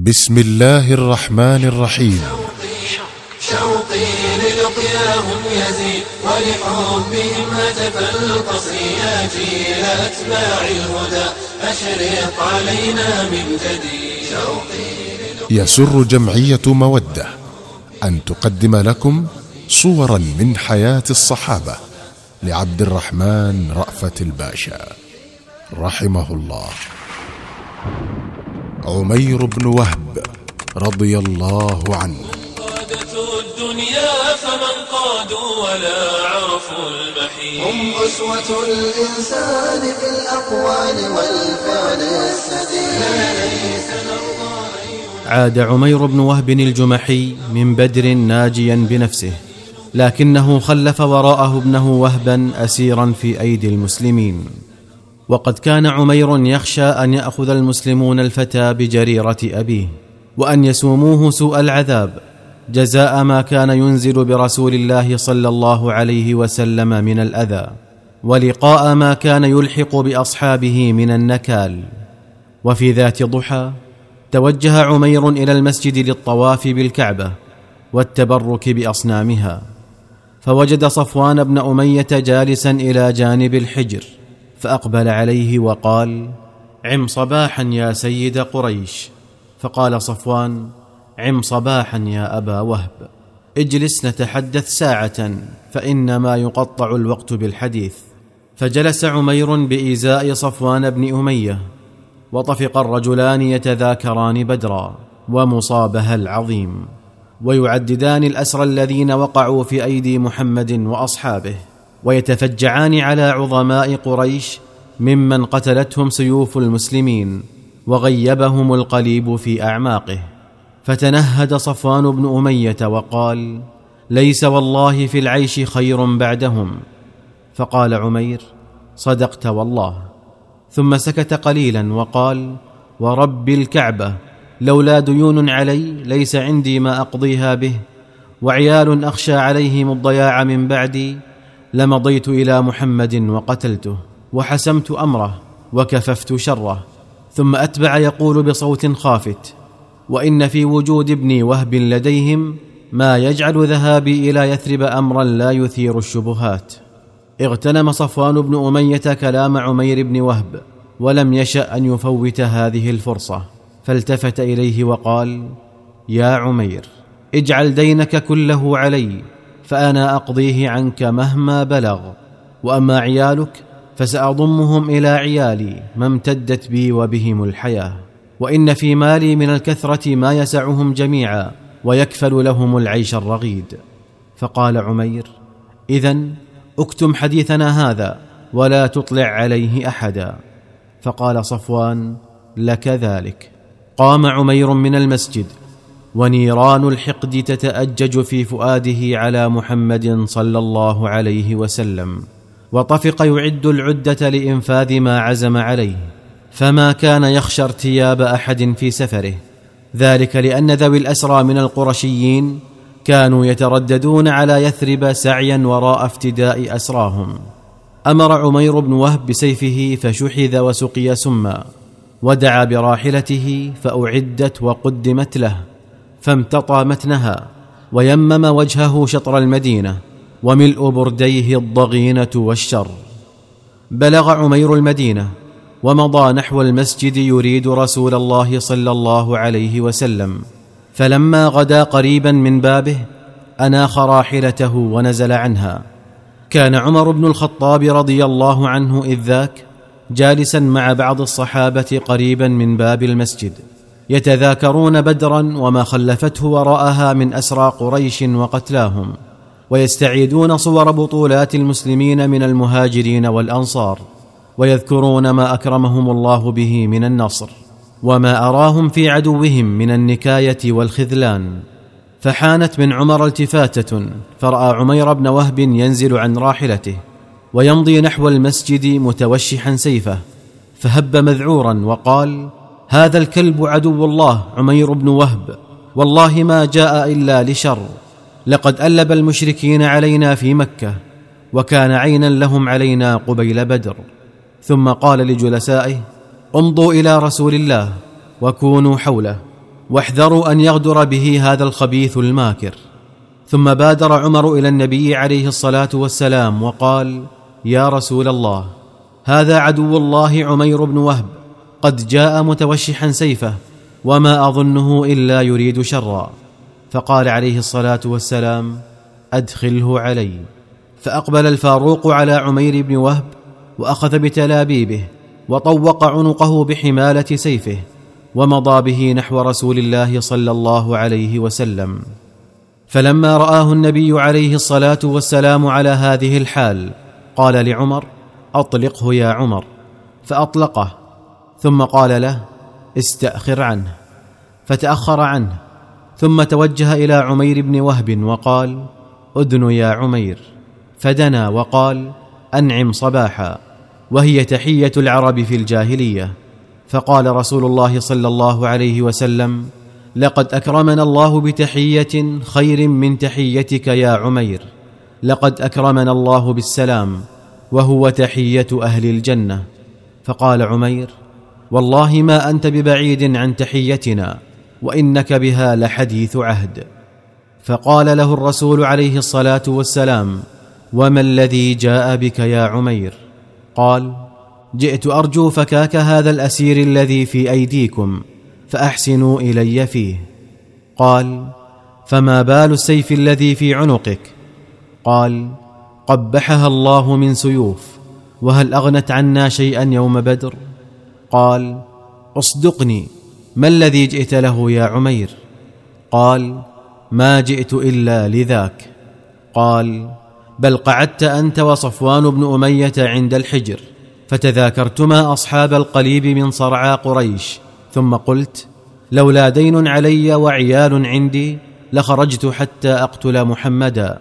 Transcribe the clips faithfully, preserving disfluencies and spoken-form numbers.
بسم الله الرحمن الرحيم. شوقي للقياهم يزيد ولحبهم هتف القصر يا جيل أتباع الهدى أشرق علينا من جديد. شوقي يسر جمعية مودة أن تقدم لكم صورا من حياة الصحابة لعبد الرحمن رأفت الباشا رحمه الله. عمير بن وهب رضي الله عنه. قادة الدنيا فمن قادوا ولا عرفوا المحيط، هم أسوة الإنسان في الأقوال والفعل السديد. لا ليس نرضى. عاد عمير بن وهب الجمحي من بدر ناجيا بنفسه، لكنه خلف وراءه ابنه وهبا أسيرا في أيدي المسلمين. وقد كان عمير يخشى أن يأخذ المسلمون الفتى بجريرة أبيه، وأن يسوموه سوء العذاب جزاء ما كان ينزل برسول الله صلى الله عليه وسلم من الأذى، ولقاء ما كان يلحق بأصحابه من النكال. وفي ذات ضحى توجه عمير إلى المسجد للطواف بالكعبة والتبرك بأصنامها، فوجد صفوان بن أمية جالسا إلى جانب الحجر، فأقبل عليه وقال: عم صباحا يا سيد قريش. فقال صفوان: عم صباحا يا أبا وهب، اجلس نتحدث ساعة فإنما يقطع الوقت بالحديث. فجلس عمير بإيذاء صفوان بن أمية، وطفق الرجلان يتذاكران بدرا ومصابها العظيم، ويعددان الأسرى الذين وقعوا في أيدي محمد وأصحابه، ويتفجعان على عظماء قريش ممن قتلتهم سيوف المسلمين وغيبهم القليب في أعماقه. فتنهد صفوان بن أمية وقال: ليس والله في العيش خير بعدهم. فقال عمير: صدقت والله. ثم سكت قليلا وقال: ورب الكعبة لولا ديون علي ليس عندي ما أقضيها به، وعيال أخشى عليهم الضياع من بعدي، لمضيت إلى محمد وقتلته وحسمت أمره وكففت شره. ثم أتبع يقول بصوت خافت: وإن في وجود ابني وهب لديهم ما يجعل ذهابي إلى يثرب أمرا لا يثير الشبهات. اغتنم صفوان بن أمية كلام عمير بن وهب، ولم يشأ أن يفوت هذه الفرصة، فالتفت إليه وقال: يا عمير، اجعل دينك كله علي فأنا أقضيه عنك مهما بلغ، وأما عيالك فسأضمهم إلى عيالي ما امتدت بي وبهم الحياة، وإن في مالي من الكثرة ما يسعهم جميعا ويكفل لهم العيش الرغيد. فقال عمير: إذن اكتم حديثنا هذا ولا تطلع عليه أحدا. فقال صفوان: لك ذلك. قام عمير من المسجد ونيران الحقد تتأجج في فؤاده على محمد صلى الله عليه وسلم، وطفق يعد العدة لإنفاذ ما عزم عليه، فما كان يخشى ارتياب أحد في سفره، ذلك لأن ذوي الأسرى من القرشيين كانوا يترددون على يثرب سعيا وراء افتداء أسراهم. أمر عمير بن وهب بسيفه فشحذ وسقي سما، ودعا براحلته فأعدت وقدمت له، فامتطى متنها ويمم وجهه شطر المدينة وملء برديه الضغينة والشر. بلغ عمير المدينة ومضى نحو المسجد يريد رسول الله صلى الله عليه وسلم، فلما غدا قريبا من بابه أناخ راحلته ونزل عنها. كان عمر بن الخطاب رضي الله عنه إذ ذاك جالسا مع بعض الصحابة قريبا من باب المسجد، يتذاكرون بدرا وما خلفته وراءها من أسرى قريش وقتلاهم، ويستعيدون صور بطولات المسلمين من المهاجرين والأنصار، ويذكرون ما أكرمهم الله به من النصر وما أراهم في عدوهم من النكاية والخذلان. فحانت من عمر التفاتة، فرأى عمير بن وهب ينزل عن راحلته ويمضي نحو المسجد متوشحا سيفه، فهب مذعورا وقال: هذا الكلب عدو الله عمير بن وهب، والله ما جاء إلا لشر، لقد ألب المشركين علينا في مكة، وكان عينا لهم علينا قبيل بدر. ثم قال لجلسائه: امضوا إلى رسول الله وكونوا حوله، واحذروا أن يغدر به هذا الخبيث الماكر. ثم بادر عمر إلى النبي عليه الصلاة والسلام وقال: يا رسول الله، هذا عدو الله عمير بن وهب قد جاء متوشحا سيفه، وما أظنه إلا يريد شرا. فقال عليه الصلاة والسلام: أدخله علي. فأقبل الفاروق على عمير بن وهب وأخذ بتلابيبه وطوق عنقه بحمالة سيفه، ومضى به نحو رسول الله صلى الله عليه وسلم. فلما رآه النبي عليه الصلاة والسلام على هذه الحال قال لعمر: أطلقه يا عمر. فأطلقه، ثم قال له: استأخر عنه. فتأخر عنه، ثم توجه إلى عمير بن وهب وقال: أدن يا عمير. فدنا وقال: أنعم صباحا، وهي تحية العرب في الجاهلية. فقال رسول الله صلى الله عليه وسلم: لقد أكرمنا الله بتحية خير من تحيتك يا عمير. لقد أكرمنا الله بالسلام، وهو تحية أهل الجنة. فقال عمير: والله ما أنت ببعيد عن تحيتنا، وإنك بها لحديث عهد. فقال له الرسول عليه الصلاة والسلام: وما الذي جاء بك يا عمير؟ قال: جئت أرجو فكاك هذا الأسير الذي في أيديكم، فأحسنوا إلي فيه. قال: فما بال السيف الذي في عنقك؟ قال: قبحها الله من سيوف، وهل أغنت عنا شيئا يوم بدر؟ قال: اصدقني، ما الذي جئت له يا عمير؟ قال: ما جئت إلا لذاك. قال: بل قعدت أنت وصفوان بن أمية عند الحجر، فتذاكرتما أصحاب القليب من صرعى قريش، ثم قلت: لولا دين علي وعيال عندي لخرجت حتى أقتل محمدا،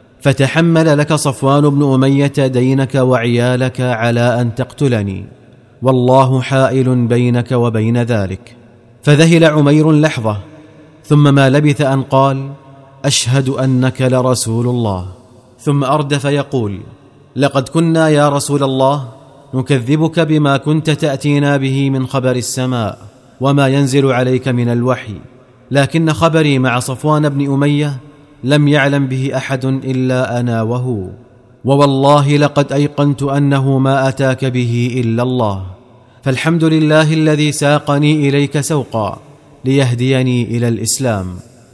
فتحمل لك صفوان بن أمية دينك وعيالك على أن تقتلني، والله حائل بينك وبين ذلك. فذهل عمير لحظة، ثم ما لبث أن قال: أشهد أنك لرسول الله. ثم أردف يقول: لقد كنا يا رسول الله نكذبك بما كنت تأتينا به من خبر السماء وما ينزل عليك من الوحي، لكن خبري مع صفوان بن أمية لم يعلم به أحد إلا أنا وهو، ووالله لقد أيقنت أنه ما أتاك به إلا الله، فالحمد لله الذي ساقني إليك سوقا ليهديني إلى الإسلام.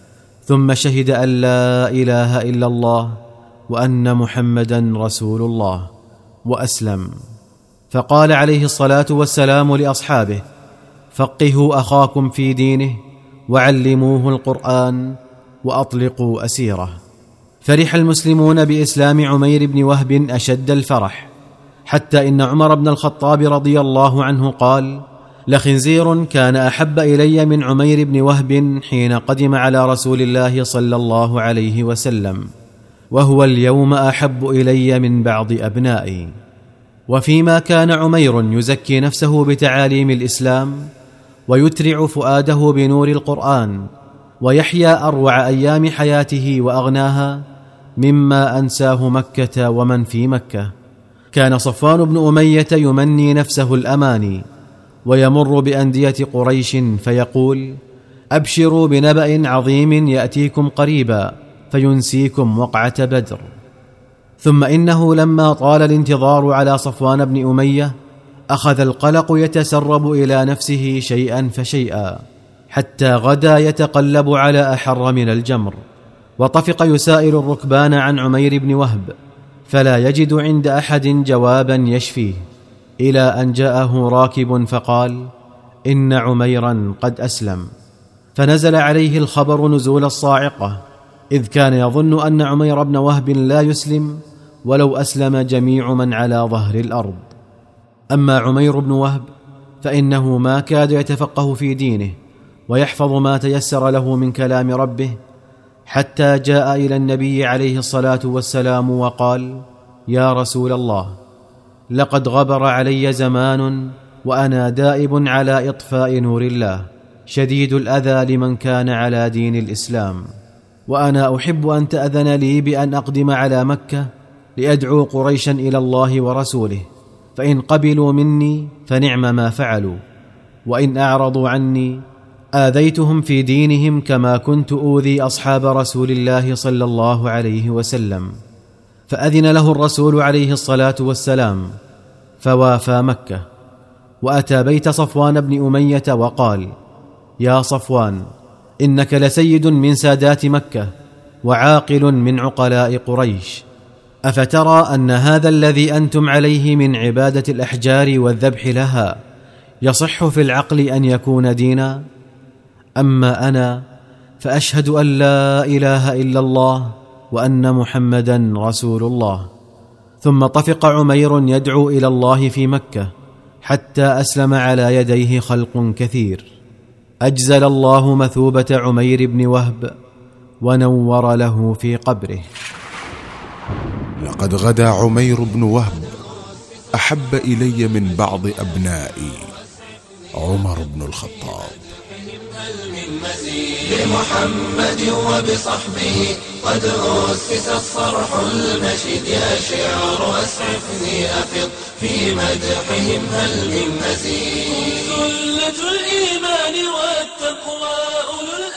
ثم شهد أن لا إله إلا الله وأن محمدا رسول الله، وأسلم. فقال عليه الصلاة والسلام لأصحابه: فقهوا أخاكم في دينه، وعلموه القرآن، وأطلقوا أسيره. فرح المسلمون بإسلام عمير بن وهب أشد الفرح، حتى إن عمر بن الخطاب رضي الله عنه قال: لخنزير كان أحب إلي من عمير بن وهب حين قدم على رسول الله صلى الله عليه وسلم، وهو اليوم أحب إلي من بعض أبنائي. وفيما كان عمير يزكي نفسه بتعاليم الإسلام، ويترع فؤاده بنور القرآن، ويحيا أروع أيام حياته وأغناها، مما أنساه مكة ومن في مكة، كان صفوان بن أمية يمني نفسه الأماني، ويمر بأندية قريش فيقول: أبشروا بنبأ عظيم يأتيكم قريبا فينسيكم وقعة بدر. ثم إنه لما طال الانتظار على صفوان بن أمية أخذ القلق يتسرب إلى نفسه شيئا فشيئا، حتى غدا يتقلب على أحر من الجمر، وطفق يسائل الركبان عن عمير بن وهب، فلا يجد عند أحد جوابا يشفيه، إلى أن جاءه راكب فقال: إن عميرا قد أسلم. فنزل عليه الخبر نزول الصاعقة، إذ كان يظن أن عمير بن وهب لا يسلم ولو أسلم جميع من على ظهر الأرض. أما عمير بن وهب فإنه ما كاد يتفقه في دينه ويحفظ ما تيسر له من كلام ربه، حتى جاء إلى النبي عليه الصلاة والسلام وقال: يا رسول الله، لقد غبر علي زمان وأنا دائب على إطفاء نور الله، شديد الأذى لمن كان على دين الإسلام، وأنا أحب أن تأذن لي بأن أقدم على مكة لأدعو قريشا إلى الله ورسوله، فإن قبلوا مني فنعم ما فعلوا، وإن أعرضوا عني آذيتهم في دينهم كما كنت أوذي أصحاب رسول الله صلى الله عليه وسلم. فأذن له الرسول عليه الصلاة والسلام فوافى مكة، وأتى بيت صفوان بن أمية وقال: يا صفوان، إنك لسيد من سادات مكة وعاقل من عقلاء قريش، أفترى أن هذا الذي أنتم عليه من عبادة الأحجار والذبح لها يصح في العقل أن يكون دينا؟ أما أنا فأشهد أن لا إله إلا الله وأن محمدا رسول الله. ثم طفق عمير يدعو إلى الله في مكة حتى أسلم على يديه خلق كثير. أجزل الله مثوبة عمير بن وهب ونور له في قبره. لقد غدا عمير بن وهب أحب إلي من بعض أبنائي عمر بن الخطاب. بمحمد وبصحبه قد أسس الصرح المشيد، يا شعر أسعفني أفض في مدحهم هل من مزيد. سلة الإيمان والتقوى أولو